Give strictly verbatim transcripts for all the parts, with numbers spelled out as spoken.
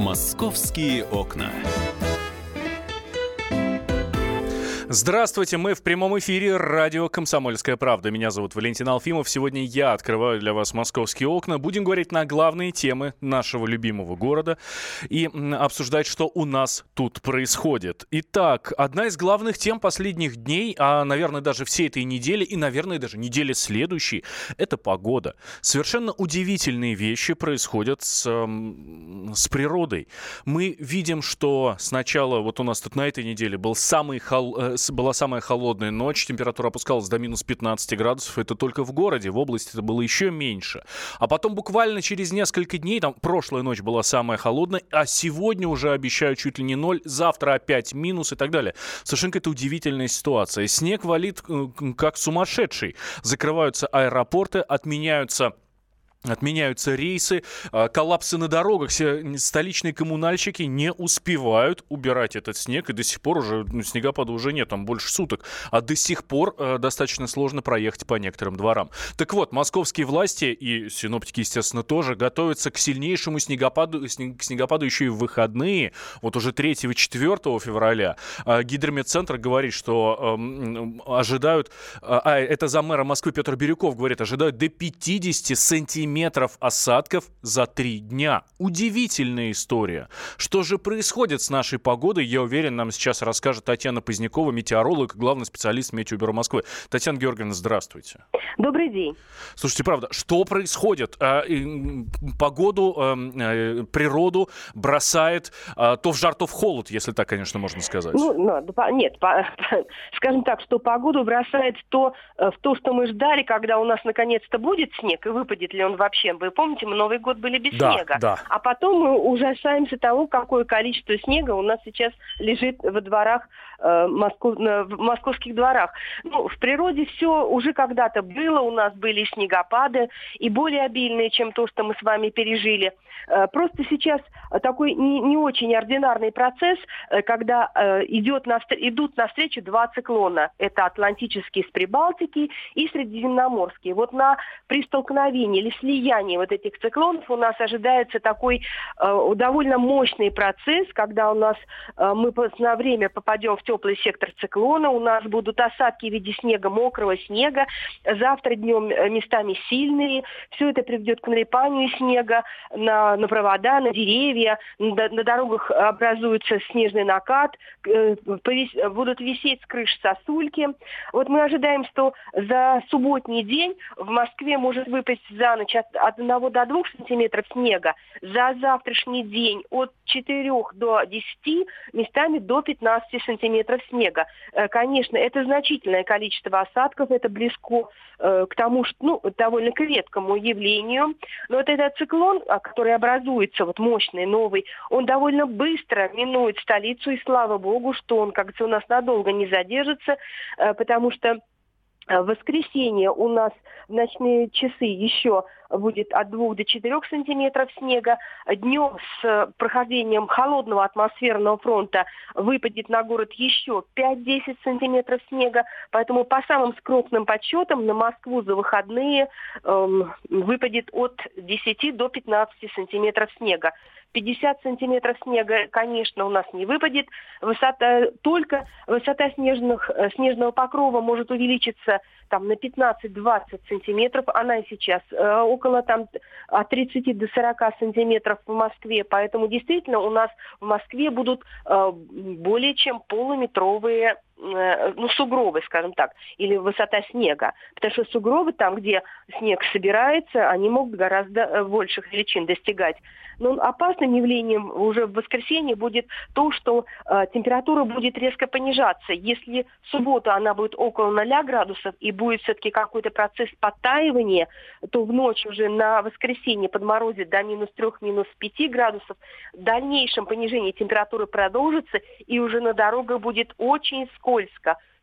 «Московские окна». Здравствуйте, мы в прямом эфире радио «Комсомольская правда». Меня зовут Валентин Алфимов. Сегодня я открываю для вас «Московские окна». Будем говорить на главные темы нашего любимого города и обсуждать, что у нас тут происходит. Итак, одна из главных тем последних дней, а, наверное, даже всей этой недели и, наверное, даже недели следующей, это погода. Совершенно удивительные вещи происходят с, с природой. Мы видим, что сначала, вот у нас тут на этой неделе был самый холодный, была самая холодная ночь, температура опускалась до минус пятнадцать градусов, это только в городе, в области это было еще меньше. А потом буквально через несколько дней, там прошлая ночь была самая холодная, а сегодня уже обещают чуть ли не ноль, завтра опять минус и так далее. Совершенно какая-то удивительная ситуация. Снег валит как сумасшедший. Закрываются аэропорты, отменяются... Отменяются рейсы, коллапсы на дорогах. Все столичные коммунальщики не успевают убирать этот снег. И до сих пор уже ну, снегопада уже нет, там больше суток. А до сих пор э, достаточно сложно проехать по некоторым дворам. Так вот, московские власти и синоптики, естественно, тоже готовятся к сильнейшему снегопаду, снег, к снегопаду еще и в выходные. Вот уже третьего-четвёртого февраля. Э, Гидрометцентр говорит, что э, ожидают... Э, а это заммэра Москвы Петр Бирюков говорит, ожидают до пятьдесят сантиметров метров осадков за три дня. Удивительная история. Что же происходит с нашей погодой, я уверен, нам сейчас расскажет Татьяна Позднякова, метеоролог, главный специалист Метеобюро Москвы. Татьяна Георгиевна, здравствуйте. Добрый день. Слушайте, правда, что происходит? Погоду, природу бросает то в жар, то в холод, если так, конечно, можно сказать. Ну, ну нет, по, скажем так, что погоду бросает то в то, что мы ждали, когда у нас наконец-то будет снег, и выпадет ли он вообще. Вы помните, мы Новый год были без да, снега. Да. А потом мы ужасаемся тому, какое количество снега у нас сейчас лежит во дворах, э, Москов, э, в московских дворах. Ну, в природе все уже когда-то было. У нас были снегопады, и более обильные, чем то, что мы с вами пережили. Э, просто сейчас такой не, не очень ординарный процесс, э, когда э, идет навстр- идут навстречу два циклона. Это Атлантический с Прибалтики и Средиземноморский. Вот на при столкновении или слияние вот этих циклонов у нас ожидается такой э, довольно мощный процесс, когда у нас э, мы на время попадем в теплый сектор циклона, у нас будут осадки в виде снега, мокрого снега, завтра днем местами сильные, все это приведет к налипанию снега на, на провода, на деревья, на, на дорогах образуется снежный накат, э, повис, будут висеть с крыш сосульки. Вот мы ожидаем, что за субботний день в Москве может выпасть за ночь от одного до двух сантиметров снега, за завтрашний день от четырёх до десяти, местами до пятнадцати сантиметров снега. Конечно, это значительное количество осадков, это близко э, к тому, что, ну, довольно к редкому явлению. Но вот этот циклон, который образуется, вот мощный, новый, он довольно быстро минует столицу, и слава богу, что он, как говорится, у нас надолго не задержится, э, потому что в воскресенье у нас в ночные часы еще будет от двух до четырёх сантиметров снега. Днем с прохождением холодного атмосферного фронта выпадет на город еще пять-десять сантиметров снега. Поэтому по самым скромным подсчетам на Москву за выходные эм, выпадет от десяти до пятнадцати сантиметров снега. пятьдесят сантиметров снега, конечно, у нас не выпадет. Высота, только высота снежных, снежного покрова может увеличиться там, на пятнадцать-двадцать сантиметров. Она и сейчас э, около там, от тридцати до сорока сантиметров в Москве. Поэтому действительно у нас в Москве будут э, более чем полуметровые ну, сугробы, скажем так, или высота снега. Потому что сугробы, там, где снег собирается, они могут гораздо больших величин достигать. Но опасным явлением уже в воскресенье будет то, что э, температура будет резко понижаться. Если в субботу она будет около ноля градусов и будет все-таки какой-то процесс подтаивания, то в ночь уже на воскресенье подморозит до минус трех, минус пяти градусов. В дальнейшем понижение температуры продолжится, и уже на дорогах будет очень скользко.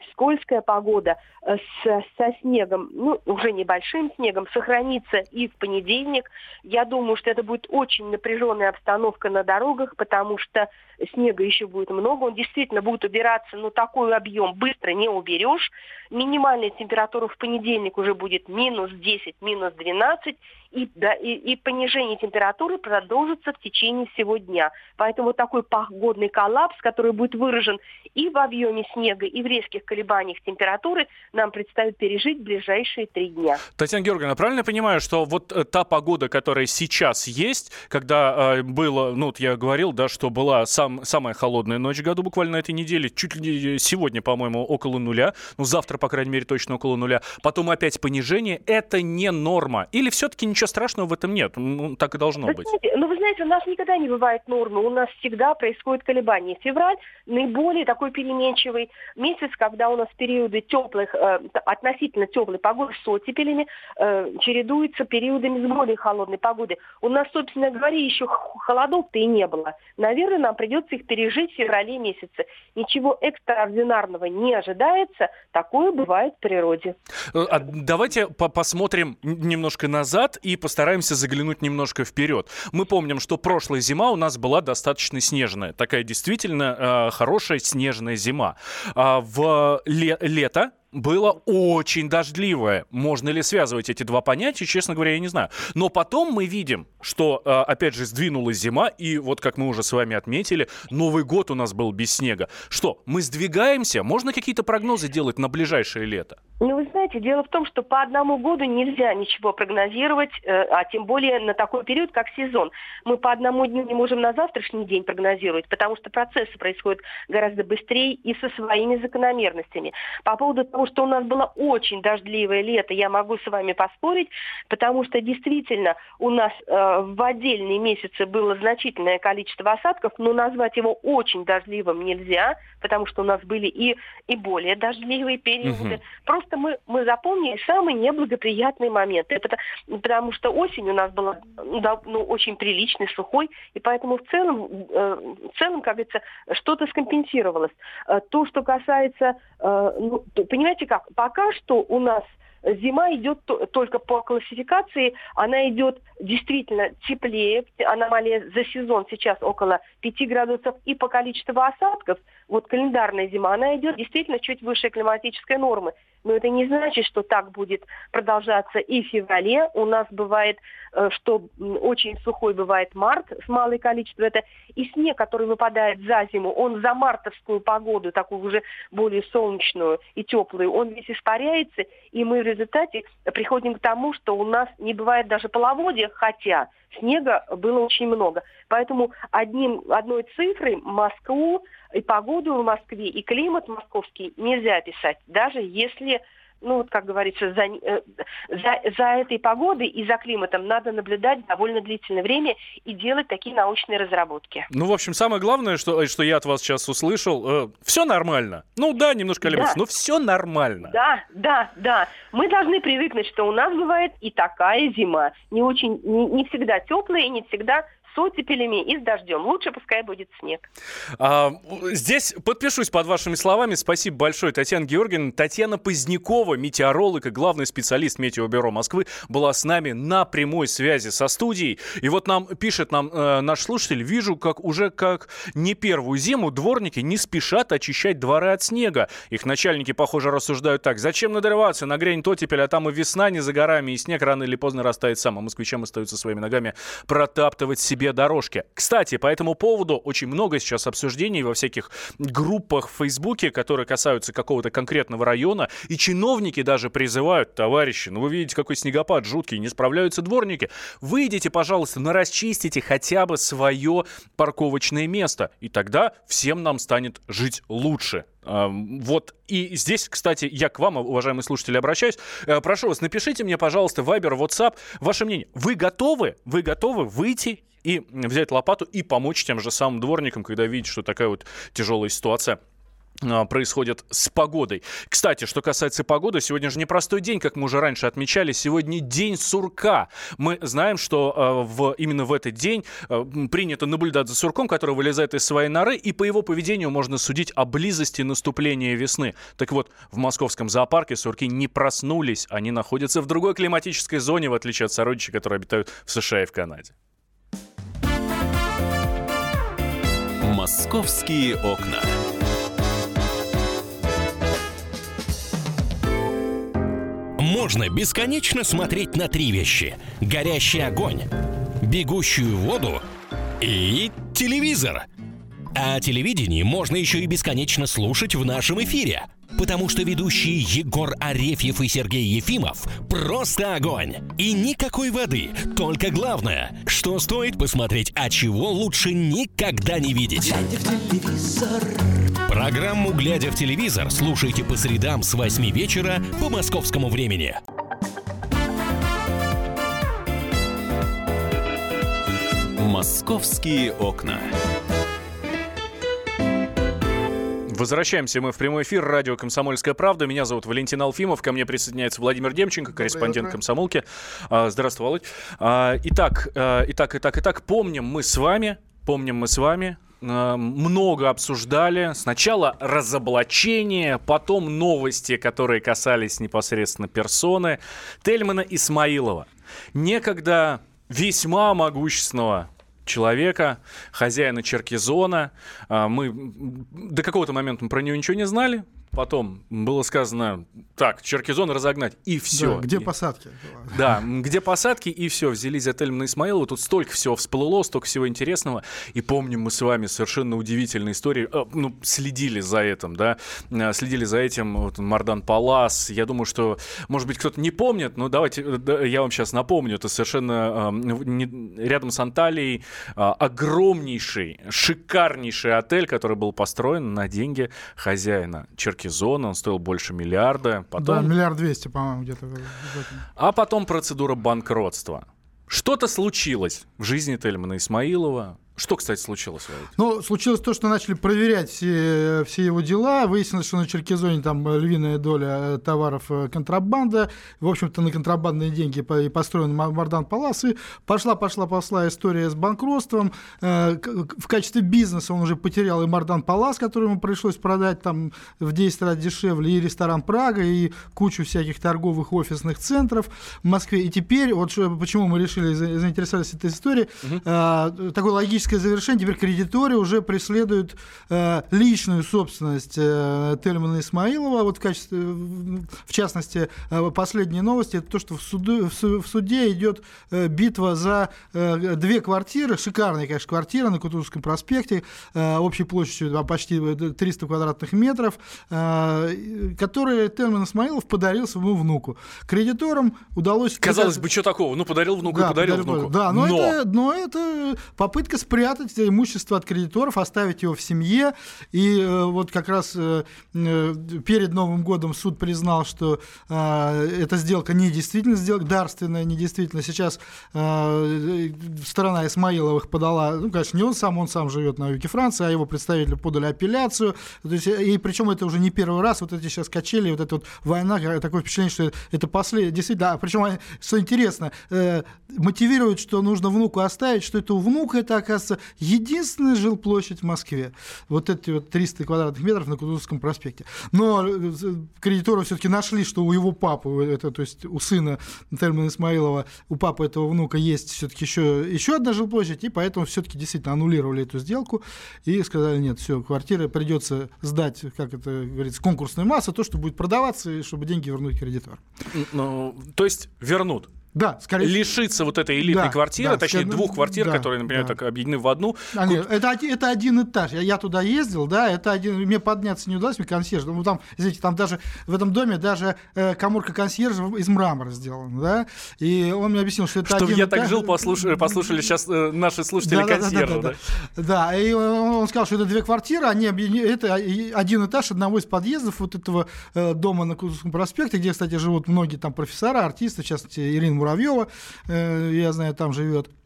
скользкая погода э, с, со снегом, ну, уже небольшим снегом, сохранится и в понедельник. Я думаю, что это будет очень напряженная обстановка на дорогах, потому что снега еще будет много. Он действительно будет убираться, но такой объем быстро не уберешь. Минимальная температура в понедельник уже будет минус десять, минус двенадцать. И, да, и, и понижение температуры продолжится в течение всего дня. Поэтому вот такой погодный коллапс, который будет выражен и в объеме снега, и в резких колебаниях температуры, нам предстоит пережить в ближайшие три дня. Татьяна Георгиевна, правильно я понимаю, что вот э, та погода, которая сейчас есть, когда э, было, ну вот я говорил, да, что была сам, самая холодная ночь в году буквально на этой неделе, чуть ли сегодня, по-моему, около нуля, ну завтра, по крайней мере, точно около нуля, потом опять понижение, это не норма? Или все-таки ничего страшного в этом нет? Ну, так и должно вы быть. Знаете, ну, вы знаете, у нас никогда не бывает нормы. У нас всегда происходят колебания. Февраль наиболее такой переменчивый месяц, когда у нас периоды теплых, э, относительно теплой погоды с оттепелями э, чередуются периодами с более холодной погоды. У нас, собственно говоря, еще холодов-то и не было. Наверное, нам придется их пережить в феврале месяце. Ничего экстраординарного не ожидается. Такое бывает в природе. А давайте по- посмотрим немножко назад и постараемся заглянуть немножко вперед. Мы помним, что прошлая зима у нас была достаточно снежная. Такая действительно э, хорошая снежная зима. А в ле- лето было очень дождливое. Можно ли связывать эти два понятия, честно говоря, я не знаю. Но потом мы видим, что, э, опять же, сдвинулась зима, и вот, как мы уже с вами отметили, Новый год у нас был без снега. Что, мы сдвигаемся? Можно какие-то прогнозы делать на ближайшее лето? Ну, вы знаете, дело в том, что по одному году нельзя ничего прогнозировать, э, а тем более на такой период, как сезон. Мы по одному дню не можем на завтрашний день прогнозировать, потому что процессы происходят гораздо быстрее и со своими закономерностями. По поводу того, что у нас было очень дождливое лето, я могу с вами поспорить, потому что действительно у нас э, в отдельные месяцы было значительное количество осадков, но назвать его очень дождливым нельзя, потому что у нас были и, и более дождливые периоды. Угу. Просто мы, мы запомнили самые неблагоприятные моменты, потому, потому что осень у нас была да, ну, очень приличной, сухой, и поэтому в целом, э, в целом, как говорится, что-то скомпенсировалось. Э, то, что касается, э, ну, понимаете как, пока что у нас зима идет только по классификации, она идет действительно теплее, аномалия за сезон сейчас около пяти градусов, и по количеству осадков, вот календарная зима, она идет действительно чуть выше климатической нормы. Но это не значит, что так будет продолжаться и в феврале. У нас бывает, что очень сухой бывает март с малым количеством. Это и снег, который выпадает за зиму, он за мартовскую погоду, такую уже более солнечную и теплую, он весь испаряется, и мы в результате приходим к тому, что у нас не бывает даже половодья, хотя снега было очень много. Поэтому одним, одной цифрой Москву и погоду в Москве, и климат московский нельзя описать, даже если, ну вот как говорится, за, за, за этой погодой и за климатом надо наблюдать довольно длительное время и делать такие научные разработки. Ну, в общем, самое главное, что, что я от вас сейчас услышал, э, все нормально. Ну да, немножко колеблется, да. Но все нормально. Да, да, да. Мы должны привыкнуть, что у нас бывает и такая зима. Не очень, не, не всегда теплая и не всегда с оттепелями и с дождем. Лучше пускай будет снег. А, здесь подпишусь под вашими словами. Спасибо большое, Татьяна Георгиевна. Татьяна Позднякова, метеоролог и главный специалист Метеобюро Москвы, была с нами на прямой связи со студией. И вот нам пишет нам э, наш слушатель: вижу, как уже как не первую зиму дворники не спешат очищать дворы от снега. Их начальники, похоже, рассуждают так: зачем надрываться, нагрянет оттепель, а там и весна не за горами, и снег рано или поздно растает сам, а москвичам остаются своими ногами протаптывать себе дорожки. Кстати, по этому поводу очень много сейчас обсуждений во всяких группах в Фейсбуке, которые касаются какого-то конкретного района, и чиновники даже призывают: товарищи, ну вы видите, какой снегопад жуткий, не справляются дворники, выйдите, пожалуйста, ну расчистите хотя бы свое парковочное место, и тогда всем нам станет жить лучше. Вот, и здесь, кстати, я к вам, уважаемые слушатели, обращаюсь. Прошу вас, напишите мне, пожалуйста, Viber, WhatsApp, ваше мнение. Вы готовы? Вы готовы выйти и взять лопату и помочь тем же самым дворникам, когда видите, что такая вот тяжелая ситуация происходит с погодой. Кстати, что касается погоды, сегодня же непростой день, как мы уже раньше отмечали. Сегодня день сурка. Мы знаем, что э, в, именно в этот день э, принято наблюдать за сурком, который вылезает из своей норы, и по его поведению можно судить о близости наступления весны. Так вот, в московском зоопарке сурки не проснулись. Они находятся в другой климатической зоне, в отличие от сородичей, которые обитают в США и в Канаде. «Московские окна». Можно бесконечно смотреть на три вещи: горящий огонь, бегущую воду и телевизор. А телевидение можно еще и бесконечно слушать в нашем эфире, потому что ведущие Егор Арефьев и Сергей Ефимов просто огонь. И никакой воды, только главное, что стоит посмотреть, а чего лучше никогда не видеть. Глядя в телевизор. Программу «Глядя в телевизор» слушайте по средам с восьми вечера по московскому времени. «Московские окна». Возвращаемся мы в прямой эфир. Радио «Комсомольская правда». Меня зовут Валентин Алфимов. Ко мне присоединяется Владимир Демченко, корреспондент «Комсомолки». Здравствуй, Володь. Итак, итак, итак, итак, помним мы с вами, помним мы с вами, много обсуждали. Сначала разоблачение, потом новости, которые касались непосредственно персоны Тельмана Исмаилова. Некогда весьма могущественного человека, хозяина Черкизона. Мы до какого-то момента мы про него ничего не знали. Потом было сказано, так, Черкизон разогнать, и все. Да, где и... посадки? Да, где посадки, и все. Взялись за Тельмана Исмаилова. Тут столько всего всплыло, столько всего интересного. И помним мы с вами совершенно удивительные истории. Э, ну, следили за этим, да. Следили за этим вот, Мардан Палас. Я думаю, что, может быть, кто-то не помнит, но давайте да, я вам сейчас напомню. Это совершенно э, не, рядом с Анталией э, огромнейший, шикарнейший отель, который был построен на деньги хозяина Черкизона. Он стоил больше миллиарда. Потом... Да, миллиард двести, по-моему, где-то. А потом процедура банкротства. Что-то случилось в жизни Тельмана Исмаилова. Что, кстати, случилось? Ну, случилось то, что начали проверять все, все его дела. Выяснилось, что на Черкизоне там львиная доля товаров контрабанда. В общем-то, на контрабандные деньги и построен Мардан Палас. И пошла-пошла-пошла история с банкротством. В качестве бизнеса он уже потерял и Мардан Палас, который ему пришлось продать там в десять раз дешевле, и ресторан «Прага», и кучу всяких торговых офисных центров в Москве. И теперь, вот почему мы решили заинтересовались этой историей, угу. такой логический завершение. Теперь кредиторы уже преследуют э, личную собственность э, Тельмана Исмаилова. Вот в качестве, в частности, э, последние новости — это то, что в, суду, в, в суде идет э, битва за э, две квартиры, шикарные, конечно, квартиры на Кутузовском проспекте, э, общей площадью почти триста квадратных метров, э, которые Тельман Исмаилов подарил своему внуку. Кредиторам удалось... Казалось бы, что такого? Ну, подарил внуку да, и подарил, подарил внуку. Да, но, но... Это, но это попытка спрятать имущество от кредиторов, оставить его в семье. И э, вот как раз э, перед Новым годом суд признал, что э, эта сделка недействительна, сделка дарственная, недействительна. Сейчас э, сторона Исмаиловых подала, ну, конечно, не он сам, он сам живет на юге Франции, а его представители подали апелляцию. То есть, и причем это уже не первый раз, вот эти сейчас качели, вот эта вот война, такое впечатление, что это последнее, действительно, а причем, что интересно, э, мотивируют, что нужно внуку оставить, что это у внука, это, оказывается, единственная жилплощадь в Москве. Вот эти вот триста квадратных метров на Кутузовском проспекте. Но кредиторы все-таки нашли, что у его папы, это, то есть у сына Тельмана Исмаилова, у папы этого внука есть все-таки еще, еще одна жилплощадь, и поэтому все-таки действительно аннулировали эту сделку и сказали, нет, все, квартиры придется сдать, как это говорится, конкурсная масса, то, что будет продаваться, и чтобы деньги вернуть кредитору. Ну, то есть вернут? Да, скорее лишиться вот этой элитной да, квартиры, да, точнее, все, двух квартир, да, которые, например, да. так объединены в одну. А, нет, это, это один этаж. Я, я туда ездил, да, это один. Мне подняться не удалось, мне консьерж. Ну, там, извините, там даже в этом доме даже э, каморка консьержа из мрамора сделана, да. И он мне объяснил, что это Чтобы один я этаж. так жил, послушали, послушали сейчас э, наши слушатели да, консьержа, да, да, да, да. Да, да, и он сказал, что это две квартиры, они объединены, это один этаж одного из подъездов вот этого э, дома на Кутузовском проспекте, где, кстати, живут многие там профессора, артисты, в частности, Ирина Муравьева, э, я знаю, там живет.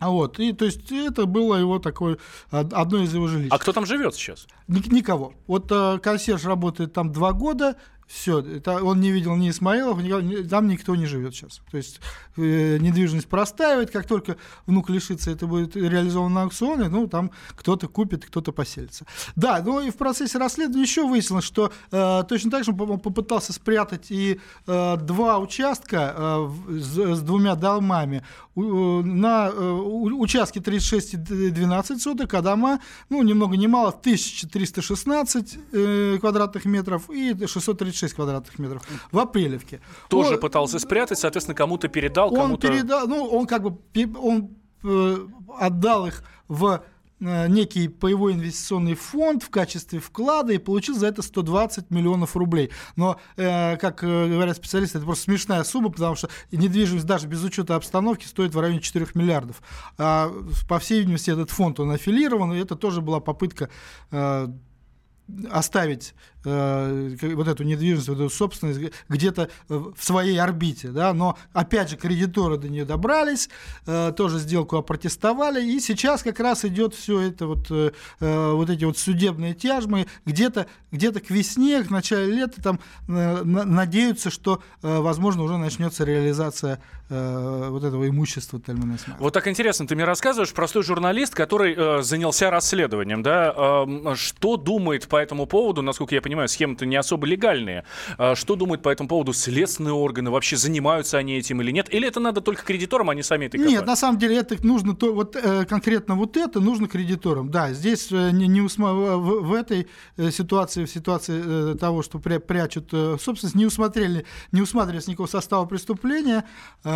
Вот, и то есть это было его такое, одно из его жилищ. А кто там живет сейчас? Никого. Вот э, консьерж работает там два года, все, это он не видел ни Исмаилов, ни, там никто не живет сейчас. То есть э, недвижимость простаивает, как только внук лишится, это будет реализовано на аукционе, ну, там кто-то купит, кто-то поселится. Да, ну и в процессе расследования еще выяснилось, что э, точно так же он попытался спрятать и э, два участка э, с, с двумя домами. У, на э, участке тридцать шесть и двенадцать соток, а дома, ну, ни много ни мало, тысяча триста шестнадцать э, квадратных метров и шестьсот тридцать шесть квадратных метров в Апрелевке. Тоже он, пытался спрятать, соответственно, кому-то передал, он кому-то... передал, ну, он как бы он э, отдал их в э, некий паевой инвестиционный фонд в качестве вклада и получил за это сто двадцать миллионов рублей. Но, э, как э, говорят специалисты, это просто смешная сумма, потому что недвижимость даже без учета обстановки стоит в районе четырёх миллиардов. А, по всей видимости, этот фонд, он аффилирован, и это тоже была попытка э, оставить э, вот эту недвижимость, вот эту собственность где-то в своей орбите, да, но опять же кредиторы до нее добрались, э, тоже сделку опротестовали, и сейчас как раз идет все это вот, э, вот эти вот судебные тяжбы, где-то, где-то к весне, к началу лета там э, надеются, что, э, возможно, уже начнется реализация э, вот этого имущества Тельмана Исмаилова. Вот так интересно, ты мне рассказываешь, простой журналист, который э, занялся расследованием, да, э, что думает по этому поводу, насколько я понимаю, схемы-то не особо легальные. Что думают по этому поводу следственные органы? Вообще занимаются они этим или нет? Или это надо только кредиторам, они сами это копают? Нет, на самом деле это нужно, то, вот, конкретно вот это нужно кредиторам. Да, здесь не, не усма... в, в этой ситуации, в ситуации того, что пря, прячут собственность, не усмотрели, не усматривается никакого состава преступления,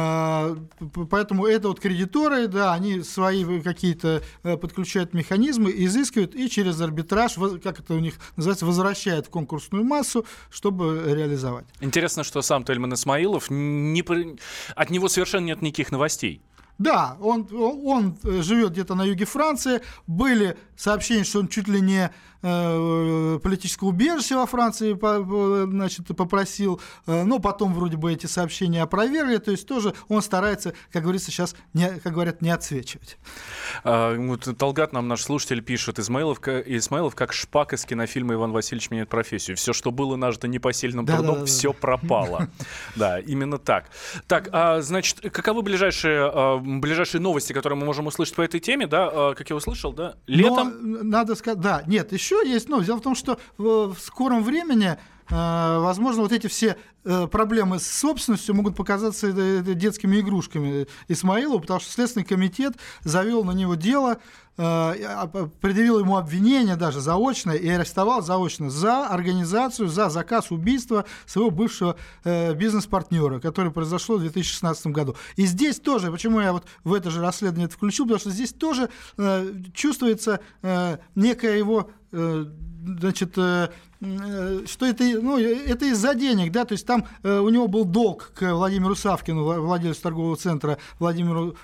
поэтому это вот кредиторы, да, они свои какие-то подключают механизмы, изыскивают и через арбитраж, как это у них называется, возвращает в конкурсную массу, чтобы реализовать. Интересно, что сам Тельман Исмаилов, не... от него совершенно нет никаких новостей. Да, он, он живет где-то на юге Франции. Были сообщения, что он чуть ли не э, политическое убежище во Франции по, значит, попросил, э, но потом вроде бы эти сообщения опровергли. То есть тоже он старается, как говорится, сейчас, не, как говорят, не отсвечивать. А, вот Талгат нам, наш слушатель, пишет: Исмаилов, Исмаилов как Шпак из кинофильма «Иван Васильевич меняет профессию». Все, что было нажито непосильным трудом, да, да, все да. пропало. Да, именно так. Так, значит, каковы ближайшие... ближайшие новости, которые мы можем услышать по этой теме, да, как я услышал, да, летом? Но, надо сказать, да, нет, еще есть, но дело в том, что в, в скором времени, э, возможно, вот эти все э, проблемы с собственностью могут показаться э, детскими игрушками Исмаилову, потому что Следственный комитет завел на него дело, предъявил ему обвинение даже заочное и арестовал заочно за организацию, за заказ убийства своего бывшего э, бизнес-партнера, которое произошло в две тысячи шестнадцатом году. И здесь тоже, почему я вот в это же расследование это включил, потому что здесь тоже э, чувствуется э, некая его... Э, значит, э, э, что это, ну, это из-за денег, да, то есть там э, у него был долг к Владимиру Савкину, владельцу торгового центра, Владимиру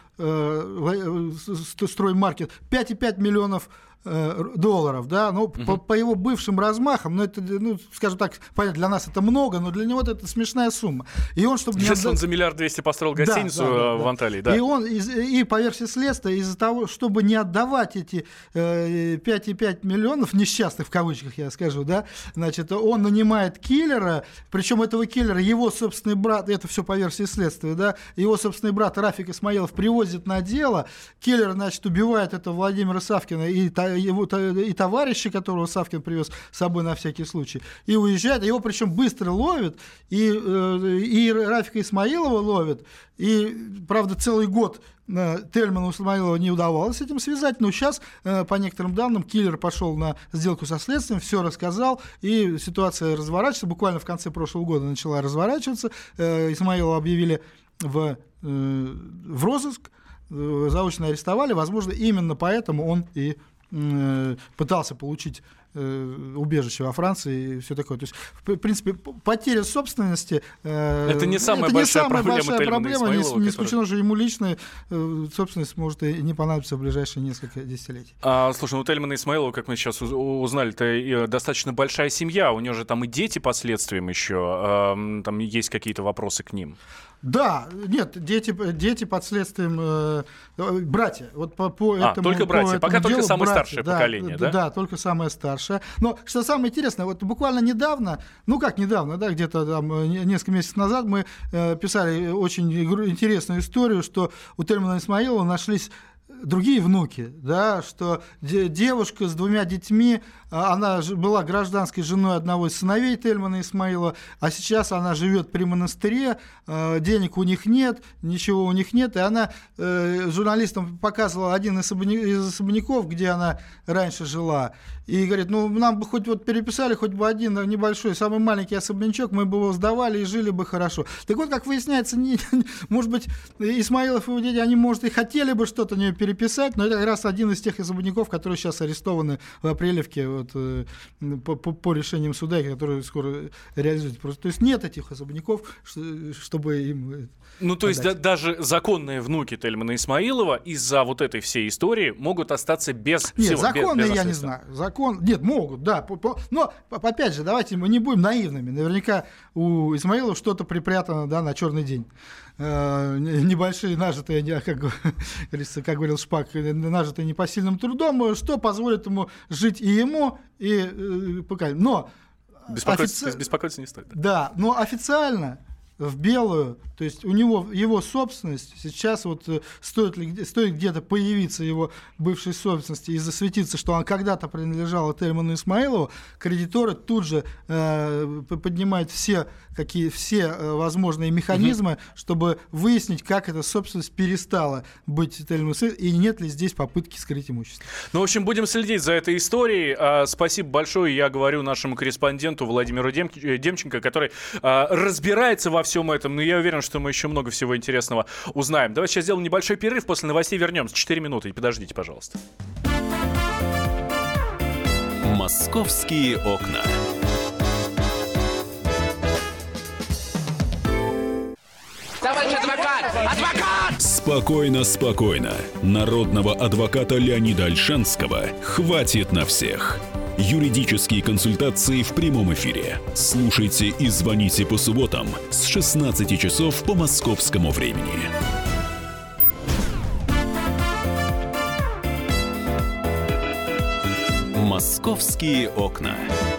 э, Строймаркет, пять и пять миллионов долларов, да, ну, uh-huh. по, по его бывшим размахам, ну, это, ну, скажем так, понятно, для нас это много, но для него это смешная сумма. И он, чтобы... Сейчас не отда... он за миллиард двести построил гостиницу да, да, да, в Анталии, да. И он, из, и по версии следствия, из-за того, чтобы не отдавать эти э, пять и пять миллионов, несчастных в кавычках я скажу, да, значит, он нанимает киллера, причем этого киллера его собственный брат, это все по версии следствия, да, его собственный брат Рафик Исмаилов привозит на дело, киллер, значит, убивает этого Владимира Савкина и его и товарища, которого Савкин привез с собой на всякий случай, и уезжает, его причем быстро ловят, и, и Рафика Исмаилова ловят, и, правда, целый год Тельману Исмаилову не удавалось с этим связать, но сейчас, по некоторым данным, киллер пошел на сделку со следствием, все рассказал, и ситуация разворачивается, буквально в конце прошлого года начала разворачиваться, Исмаилова объявили в, в розыск, заочно арестовали, возможно, именно поэтому он и пытался получить э, убежище во Франции и все такое. То есть, в принципе, потеря собственности... Э, это не самая это большая не самая проблема большая Тельмана проблема. Исмаилова, Не, не исключено, что ему личная э, собственность может и не понадобиться в ближайшие несколько десятилетий. А, слушай, ну у Тельмана Исмаилова, как мы сейчас узнали, это достаточно большая семья. У него же там и дети последствиям еще. А, там есть какие-то вопросы к ним. Да, нет, дети, дети под следствием, э, братья. Вот по, по а, этому, только братья, по пока этому только делу, самое братья, старшее да, поколение, да? Да, только самое старшее. Но что самое интересное, вот буквально недавно, ну как недавно, да, где-то там несколько месяцев назад мы э, писали очень интересную историю, что у Тельмана Исмаилова нашлись другие внуки, да, что де- девушка с двумя детьми, она была гражданской женой одного из сыновей Тельмана Исмаилова, а сейчас она живет при монастыре, э, денег у них нет, ничего у них нет, и она э, журналистам показывала один из, особня- из особняков, где она раньше жила, и говорит, ну, нам бы хоть вот переписали хоть бы один небольшой, самый маленький особнячок, мы бы его сдавали и жили бы хорошо. Так вот, как выясняется, не, может быть, Исмаилов и его дети, они, может, и хотели бы что-то у нее переписать, но это как раз один из тех особняков, которые сейчас арестованы в Апрелевке вот, э, по, по, по решениям суда, которые скоро реализуются. Просто, то есть нет этих особняков, чтобы им... Ну, то есть да, даже законные внуки Тельмана Исмаилова из-за вот этой всей истории могут остаться без Нет, всего. законные без, без я не знаю. Закон... Нет, могут, да. Но, опять же, давайте мы не будем наивными. Наверняка у Исмаилова что-то припрятано, да, на черный день. Э, небольшие нажитые, как, как говорил Шпак, нажитые непосильным трудом, что позволит ему жить и ему, и пока. Но беспокоиться, офици... беспокоиться не стоит. Да, но официально в белую, то есть у него его собственность сейчас вот стоит ли стоит где-то появиться его бывшей собственности и засветиться, что она когда-то принадлежала Тельману Исмаилову, кредиторы тут же э, поднимают все какие все э, возможные механизмы, угу. чтобы выяснить, как эта собственность перестала быть Тельману Исмаилову и нет ли здесь попытки скрыть имущество. Ну, в общем, будем следить за этой историей. А, спасибо большое, я говорю нашему корреспонденту Владимиру Дем... Демченко, который а, разбирается во всем этом, но я уверен, что мы еще много всего интересного узнаем. Давайте сейчас сделаем небольшой перерыв, после новостей вернемся. Четыре минуты, и подождите, пожалуйста. Московские окна. Товарищ адвокат! Адвокат! Спокойно, спокойно. Народного адвоката Леонида Ольшанского хватит на всех. Юридические консультации в прямом эфире. Слушайте и звоните по субботам с шестнадцати часов по московскому времени. Московские окна.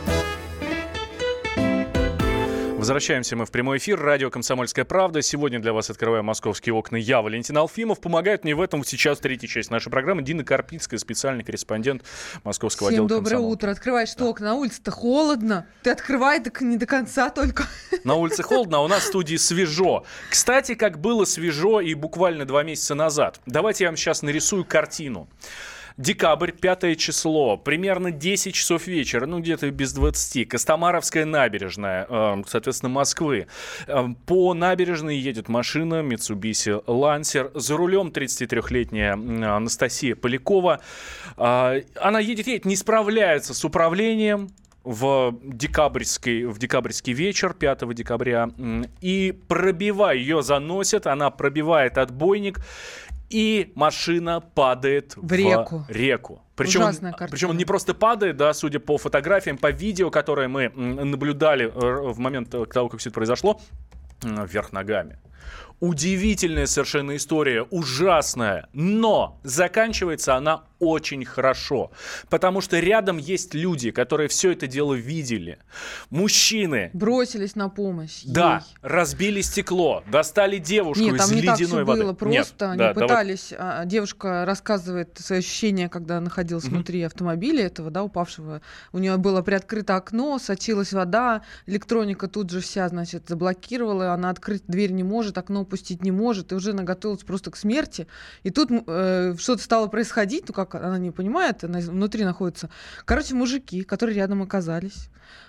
Возвращаемся мы в прямой эфир. Радио «Комсомольская правда». Сегодня для вас открываю московские окна я, Валентин Алфимов. Помогает мне в этом сейчас третья часть нашей программы Дина Карпицкая, специальный корреспондент московского Всем отдела доброе «Комсомол». утро. Открываешь что, окна, на улице-то холодно. Ты открывай, так не до конца только. На улице холодно, а у нас в студии свежо. Кстати, как было свежо и буквально два месяца назад. Давайте я вам сейчас нарисую картину. Декабрь, пятое число, примерно десять часов вечера, ну где-то без двадцати, Костомаровская набережная, э, соответственно, Москвы. Э, по набережной едет машина Mitsubishi Lancer, за рулем тридцатитрёхлетняя Анастасия Полякова. Э, она едет, едет, не справляется с управлением в декабрьский, в декабрьский вечер, пятого декабря, и пробивая, ее заносит, она пробивает отбойник, и машина падает в, в реку. реку. Причем, причем он не просто падает, да, судя по фотографиям, по видео, которые мы наблюдали в момент того, как все это произошло, вверх ногами. Удивительная совершенно история, ужасная, но заканчивается она очень хорошо, потому что рядом есть люди, которые все это дело видели. Мужчины бросились на помощь. Да, ей. Разбили стекло, достали девушку Нет, из там не ледяной так все воды. было просто. Нет, Они да, пытались. Давай. А, девушка рассказывает свои ощущения, когда находилась mm-hmm. внутри автомобиля этого, да, упавшего. У нее было приоткрыто окно, сочилась вода, электроника тут же вся, значит, заблокировала, она открыть дверь не может, окно опустить не может, и уже она готовилась просто к смерти. И тут э, что-то стало происходить, ну как она не понимает, она внутри находится. Короче, мужики, которые рядом оказались,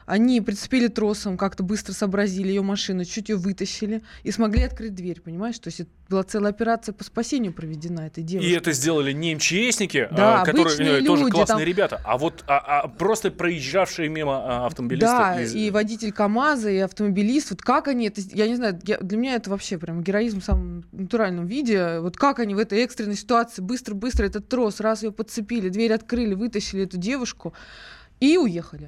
Они прицепили тросом, как-то быстро сообразили ее машину, чуть ее вытащили и смогли открыть дверь, понимаешь? То есть это была целая операция по спасению проведена этой девушкой. И это сделали не МЧСники, да, а, которые люди, тоже классные там... ребята, а вот а, а просто проезжавшие мимо а, автомобилисты. Да, из... и водитель КамАЗа, и автомобилист. Вот как они это... Я не знаю, я, для меня это вообще прям героизм в самом натуральном виде. Вот как они в этой экстренной ситуации быстро-быстро этот трос, раз ее подцепили, дверь открыли, вытащили эту девушку и уехали.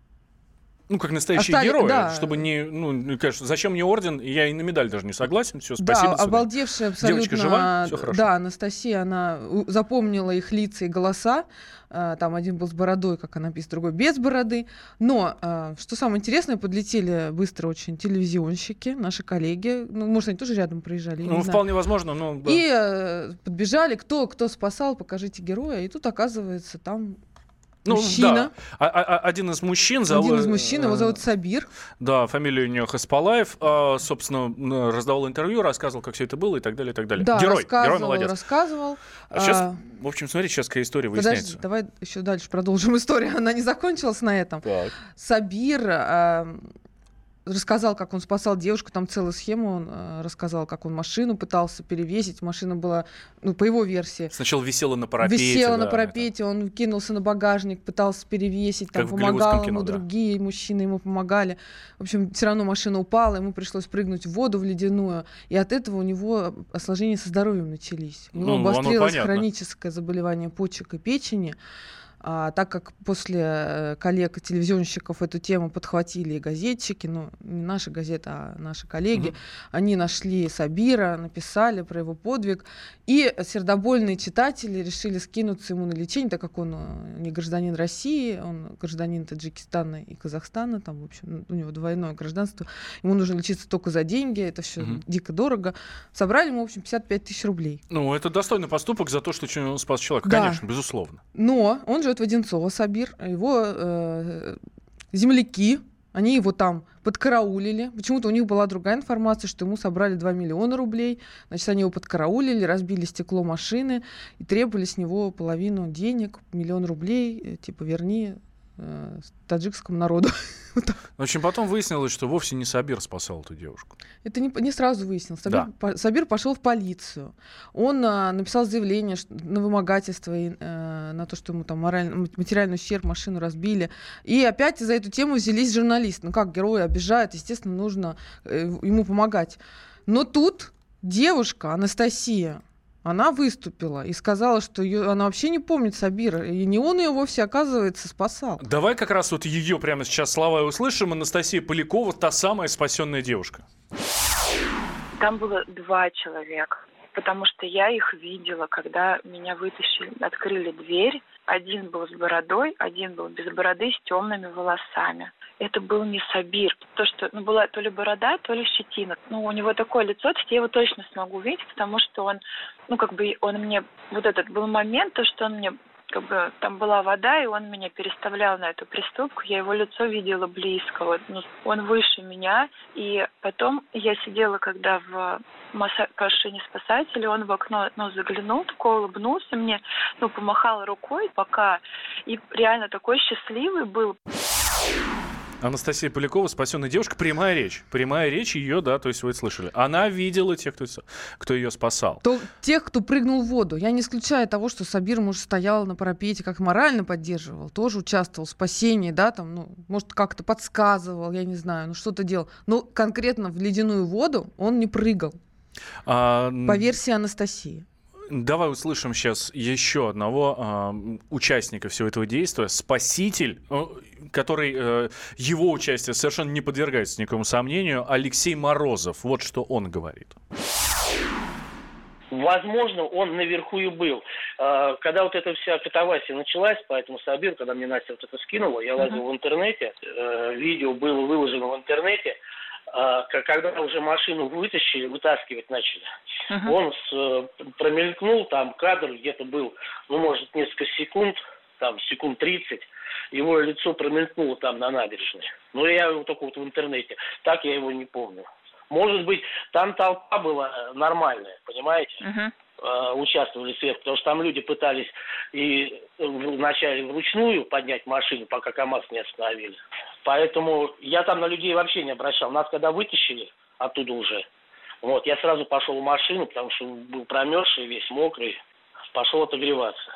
Ну, как настоящие Остали, герои, да. чтобы не, ну, конечно, зачем мне орден, я и на медаль даже не согласен, все, спасибо. Да, обалдевшая абсолютно. Девочка жива, все хорошо. Да, Анастасия, она запомнила их лица и голоса, там один был с бородой, как она пишет, другой без бороды, но, что самое интересное, подлетели быстро очень телевизионщики, наши коллеги, ну, может, они тоже рядом проезжали, ну, вполне возможно, но... Да. И подбежали, кто, кто спасал, покажите героя, и тут, оказывается, там... Ну, мужчина. Да. А, а, один из мужчин зовут... Один из мужчин, его зовут Сабир. Да, фамилия у него Хаспалаев. А, собственно, раздавал интервью, рассказывал, как все это было и так далее, и так далее. Да, герой, рассказывал, герой молодец. рассказывал. А сейчас, а... в общем, смотрите, сейчас какая история Подожди, выясняется. давай еще дальше продолжим историю. Она не закончилась на этом. Так. Сабир... А... рассказал, как он спасал девушку, там целую схему он э, рассказал, как он машину пытался перевесить, машина была, ну, по его версии. Сначала висела на парапете. Висела да, на парапете, это... он кинулся на багажник, пытался перевесить, там как помогал ему, кино, да. другие мужчины ему помогали. В общем, все равно машина упала, ему пришлось прыгнуть в воду, в ледяную, и от этого у него осложнения со здоровьем начались. У него ну, обострилось хроническое заболевание почек и печени. А, так как после э, коллег телевизионщиков эту тему подхватили и газетчики, ну, не наша газета, а наши коллеги, mm-hmm. они нашли Сабира, написали про его подвиг, и сердобольные читатели решили скинуться ему на лечение, так как он э, не гражданин России, он гражданин Таджикистана и Казахстана, там, в общем, у него двойное гражданство, ему нужно лечиться только за деньги, это все mm-hmm. дико дорого. Собрали ему, в общем, пятьдесят пять тысяч рублей. Ну, это достойный поступок за то, что он спас человека, да. конечно, безусловно. Но он живет в Одинцово, Сабир, его э, земляки, они его там подкараулили. Почему-то у них была другая информация, что ему собрали два миллиона рублей. Значит, они его подкараулили, разбили стекло машины и требовали с него половину денег, миллион рублей, типа верни э, таджикскому народу. В общем, потом выяснилось, что вовсе не Сабир спасал эту девушку. Это не, не сразу выяснилось. Сабир, да. по, Сабир пошел в полицию. Он а, написал заявление что, на вымогательство, и, а, на то, что ему там морально, материальный ущерб, машину разбили. И опять за эту тему взялись журналисты. Ну как, героя обижают, естественно, нужно э, ему помогать. Но тут девушка Анастасия, она выступила и сказала, что ее, она вообще не помнит Сабира, и не он ее вовсе, оказывается, спасал. Давай как раз вот ее прямо сейчас слова и услышим. Анастасия Полякова, та самая спасенная девушка. Там было два человека, потому что я их видела, когда меня вытащили, открыли дверь. Один был с бородой, один был без бороды, с темными волосами. Это был не Сабир. То, что ну, была то ли борода, то ли щетина. Ну, у него такое лицо, я его точно смогу видеть, потому что он, ну, как бы, он мне, вот этот был момент, то, что он мне, как бы, там была вода, и он меня переставлял на эту приступку, я его лицо видела близко, вот, ну, он выше меня, и потом я сидела, когда в машине спасателя, он в окно, ну, заглянул, такой улыбнулся мне, ну, помахал рукой пока, и реально такой счастливый был. Анастасия Полякова, спасенная девушка, прямая речь. Прямая речь ее, да, то есть вы это слышали. Она видела тех, кто, кто ее спасал. То, тех, кто прыгнул в воду. Я не исключаю того, что Сабир, может, стоял на парапете, как морально поддерживал, тоже участвовал в спасении, да, там, ну, может, как-то подсказывал, я не знаю, ну, что-то делал. Но конкретно в ледяную воду он не прыгал. А... По версии Анастасии. Давай услышим сейчас еще одного э, участника всего этого действия. Спаситель, э, который э, его участие совершенно не подвергается никакому сомнению, Алексей Морозов. Вот что он говорит. Возможно, он наверху и был. Когда вот эта вся катавасия началась, поэтому Сабир, когда мне Настя вот это скинула, я лазил uh-huh. в интернете, видео было выложено в интернете, когда уже машину вытащили, вытаскивать начали, uh-huh. он с, промелькнул, там кадр где-то был, ну, может, несколько секунд, там, секунд тридцать, его лицо промелькнуло там на набережной. Но я его только вот в интернете, так я его не помню. Может быть, там толпа была нормальная, понимаете? Uh-huh. Участвовали сверху, потому что там люди пытались и вначале вручную поднять машину, пока КамАЗ не остановили. Поэтому я там на людей вообще не обращал. Нас когда вытащили оттуда уже, вот, я сразу пошел в машину, потому что был промерзший, весь мокрый, пошел отогреваться.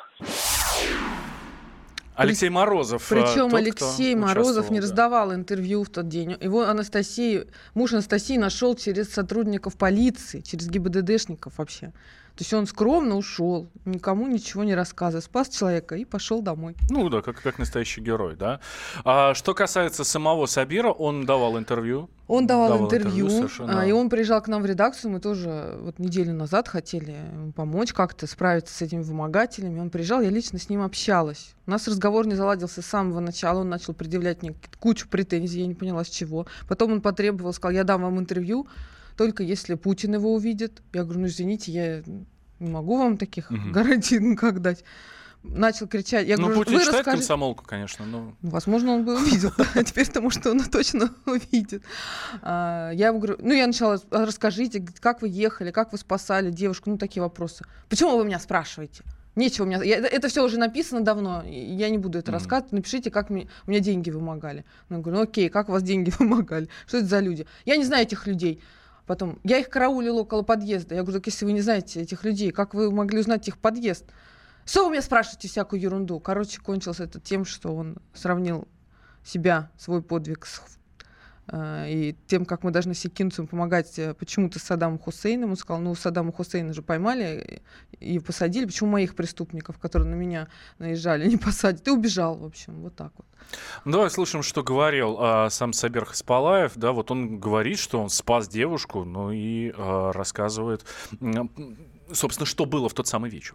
Алексей Морозов. Причем тот, Алексей Морозов не раздавал интервью в тот день. Его Анастасия, муж Анастасии нашел через сотрудников полиции, через ГИБДДшников вообще. То есть он скромно ушел, никому ничего не рассказывая, спас человека и пошел домой. Ну да, как, как настоящий герой, да. А что касается самого Сабира, он давал интервью. Он давал, давал интервью, интервью а, и он приезжал к нам в редакцию. Мы тоже вот неделю назад хотели ему помочь как-то справиться с этими вымогателями. Он приезжал, я лично с ним общалась. У нас разговор не заладился с самого начала. Он начал предъявлять мне кучу претензий, я не поняла, с чего. Потом он потребовал, сказал, я дам вам интервью, только если Путин его увидит. Я говорю, ну извините, я не могу вам таких угу. гарантий никак дать. Начал кричать. Я ну, говорю, Путин вы читает расскажите... комсомолку, конечно. Но... Возможно, он бы увидел. А теперь потому что он точно увидит. Я ему говорю, ну, я начала, расскажите, как вы ехали, как вы спасали девушку, ну, такие вопросы. Почему вы меня спрашиваете? Нечего у меня... Я, это все уже написано давно, я не буду это mm-hmm. рассказывать. Напишите, как мне, у меня деньги вымогали. Я говорю, ну, окей, как у вас деньги вымогали? Что это за люди? Я не знаю этих людей. Потом, я их караулила около подъезда. Я говорю, так если вы не знаете этих людей, как вы могли узнать их подъезд? Что вы меня спрашиваете всякую ерунду? Короче, кончилось это тем, что он сравнил себя, свой подвиг с, э, и тем, как мы должны секинцам помогать э, почему-то Саддаму Хусейну. Он сказал, ну, Саддама Хусейна же поймали и, и посадили. Почему моих преступников, которые на меня наезжали, не посадят? И убежал, в общем, вот так вот. Давай слушаем, что говорил а, сам Сабир Хаспалаев. Да, вот он говорит, что он спас девушку, ну и а, рассказывает, собственно, что было в тот самый вечер.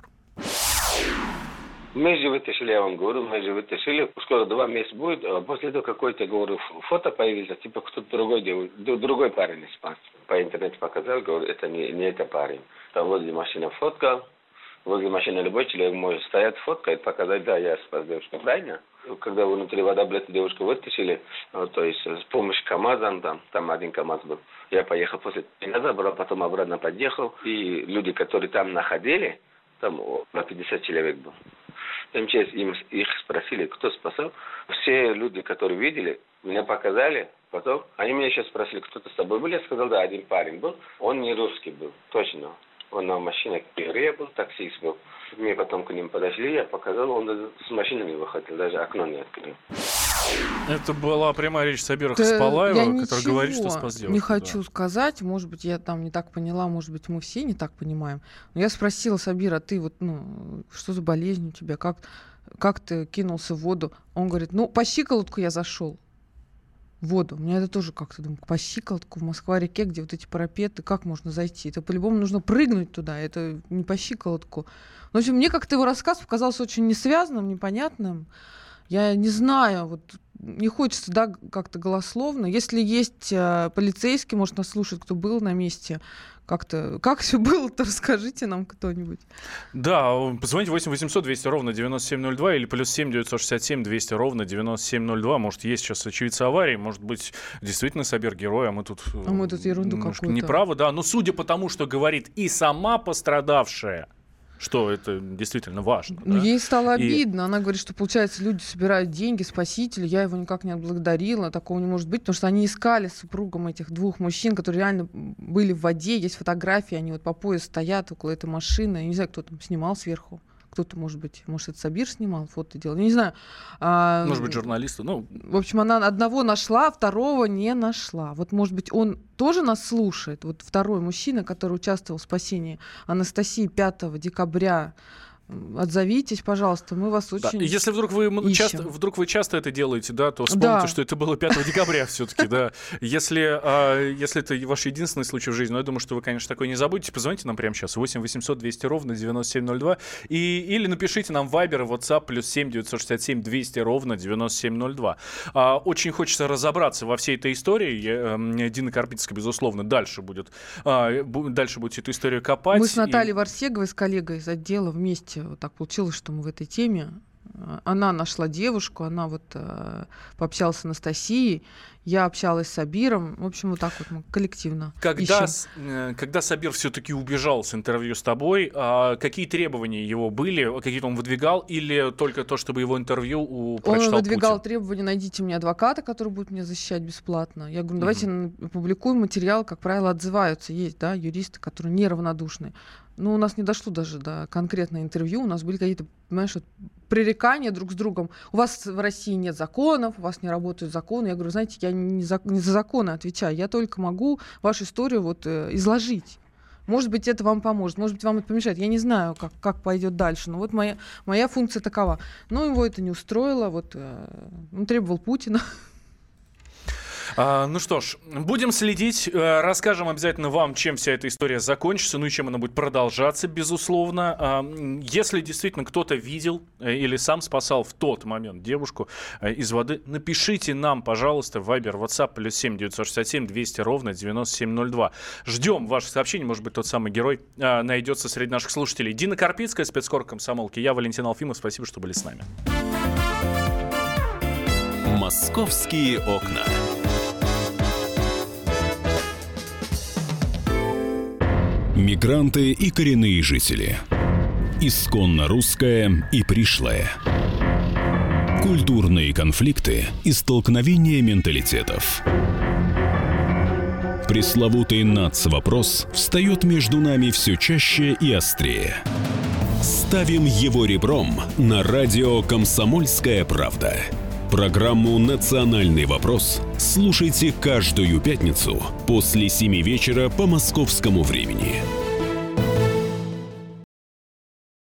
Мы же вытащили, я вам говорю, мы же вытащили, скоро два месяца будет, а после этого какое-то, говорю, фото появилось, типа кто-то другой, другой парень спас. По интернету показал, говорю, это не, не это парень. Там возле машины фотка, возле машины любой человек может стоять, фоткать, показать, да, я спас девушку, правильно? Когда внутри вода, блядь, девушку вытащили, то есть с помощью КамАЗа, там, там один КамАЗ был, я поехал после меня забрал, потом обратно подъехал, и люди, которые там находили, там на пятьдесят человек был. МЧС им, их спросили, кто спасал. Все люди, которые видели, меня показали. Потом они меня еще спросили, кто-то с тобой был. Я сказал, да, один парень был. Он не русский был, точно. Он на машине Кире был, таксист был. Мне потом к ним подошли, я показал, он с машины не выходил, даже окно не открыл. Это была прямая речь Сабира Хаспалаева, который говорит, что спас девушку. Не хочу да. сказать, может быть, я там не так поняла, может быть, мы все не так понимаем. Но я спросила Сабира, ты вот, ну, что за болезнь у тебя, как, как ты кинулся в воду? Он говорит, ну, по щиколотку я зашел в воду. У меня это тоже как-то, думаю, по щиколотку в Москва-реке, где вот эти парапеты, как можно зайти? Это по-любому нужно прыгнуть туда, это не по щиколотку. В общем, мне как-то его рассказ показался очень несвязанным, непонятным. Я не знаю, вот не хочется, да, как-то голословно. Если есть э, полицейский, может, нас слушает, кто был на месте, как-то, как все было-то, расскажите нам кто-нибудь. Да, позвоните восемь восемьсот двести ровно девяносто семь ноль два или плюс семь девятьсот шестьдесят семь двести ровно девяносто семь ноль два. Может, есть сейчас очевидцы аварии, может быть, действительно Сабир герой, а мы тут, а мы тут ерунду какую-то. Неправы, да. Но судя по тому, что говорит и сама пострадавшая, что это действительно важно. Ну, да? Ей стало и... обидно. Она говорит, что, получается, люди собирают деньги, спасители. Я его никак не отблагодарила. Такого не может быть, потому что они искали с супругом этих двух мужчин, которые реально были в воде. Есть фотографии, они вот по пояс стоят около этой машины. Я не знаю, кто там снимал сверху. Кто-то, может быть, может, это Сабир снимал, фото делал. Я не знаю. А, может быть, журналисты. Ну... В общем, она одного нашла, второго не нашла. Вот, может быть, он тоже нас слушает. Вот второй мужчина, который участвовал в спасении Анастасии пятого декабря. Отзовитесь, пожалуйста, мы вас очень да. Если вдруг вы, часто, вдруг вы часто это делаете, да, то вспомните, да. что это было пятого декабря все-таки, да. Если, а, если это ваш единственный случай в жизни, но я думаю, что вы, конечно, такой не забудете, позвоните нам прямо сейчас восемь восемьсот двести ровно девяносто семь ноль два и, или напишите нам в Viber и WhatsApp плюс семь девятьсот шестьдесят семь двести ровно девяносто семь ноль два. А, очень хочется разобраться во всей этой истории. Я, Дина Карпицкая, безусловно, дальше будет, а, дальше будет эту историю копать. Мы с Натальей и... Варсеговой, с коллегой из отдела вместе. Вот так получилось, что мы в этой теме Она нашла девушку, она вот э, пообщалась с Анастасией, я общалась с Сабиром. В общем, вот так вот мы коллективно Когда, ищем. с- э, когда Сабир все-таки убежал с интервью с тобой, а какие требования его были? Какие-то он выдвигал или только то, чтобы его интервью у, Он прочитал выдвигал Путин? требования: найдите мне адвоката, который будет меня защищать бесплатно. Я говорю, давайте mm-hmm. публикуем материал, как правило, отзываются. Есть, да, юристы, которые неравнодушны. Но у нас не дошло даже до конкретного интервью. У нас были какие-то, понимаешь, вот пререкания друг с другом. У вас в России нет законов, у вас не работают законы. Я говорю, знаете, я не за, не за законы отвечаю. Я только могу вашу историю вот, э, изложить. Может быть, это вам поможет, может быть, вам это помешает. Я не знаю, как, как пойдет дальше. Но вот моя, моя функция такова. Но его это не устроило. Вот, э, он требовал Путина. А, ну что ж, будем следить, э, расскажем обязательно вам, чем вся эта история закончится, ну и чем она будет продолжаться, безусловно. А, если действительно кто-то видел э, или сам спасал в тот момент девушку э, из воды, напишите нам, пожалуйста, в Viber, WhatsApp, плюс семь девятьсот шестьдесят семь двести ровно девяносто семь ноль два. Ждем ваших сообщений, может быть, тот самый герой э, найдется среди наших слушателей. Дина Карпицкая, спецкор комсомолки, я Валентин Алфимов, спасибо, что были с нами. «Московские окна». Мигранты и коренные жители. Исконно русское и пришлое. Культурные конфликты и столкновения менталитетов. Пресловутый нацвопрос встает между нами все чаще и острее. Ставим его ребром на радио «Комсомольская правда». Программу «Национальный вопрос» слушайте каждую пятницу после семи вечера по московскому времени.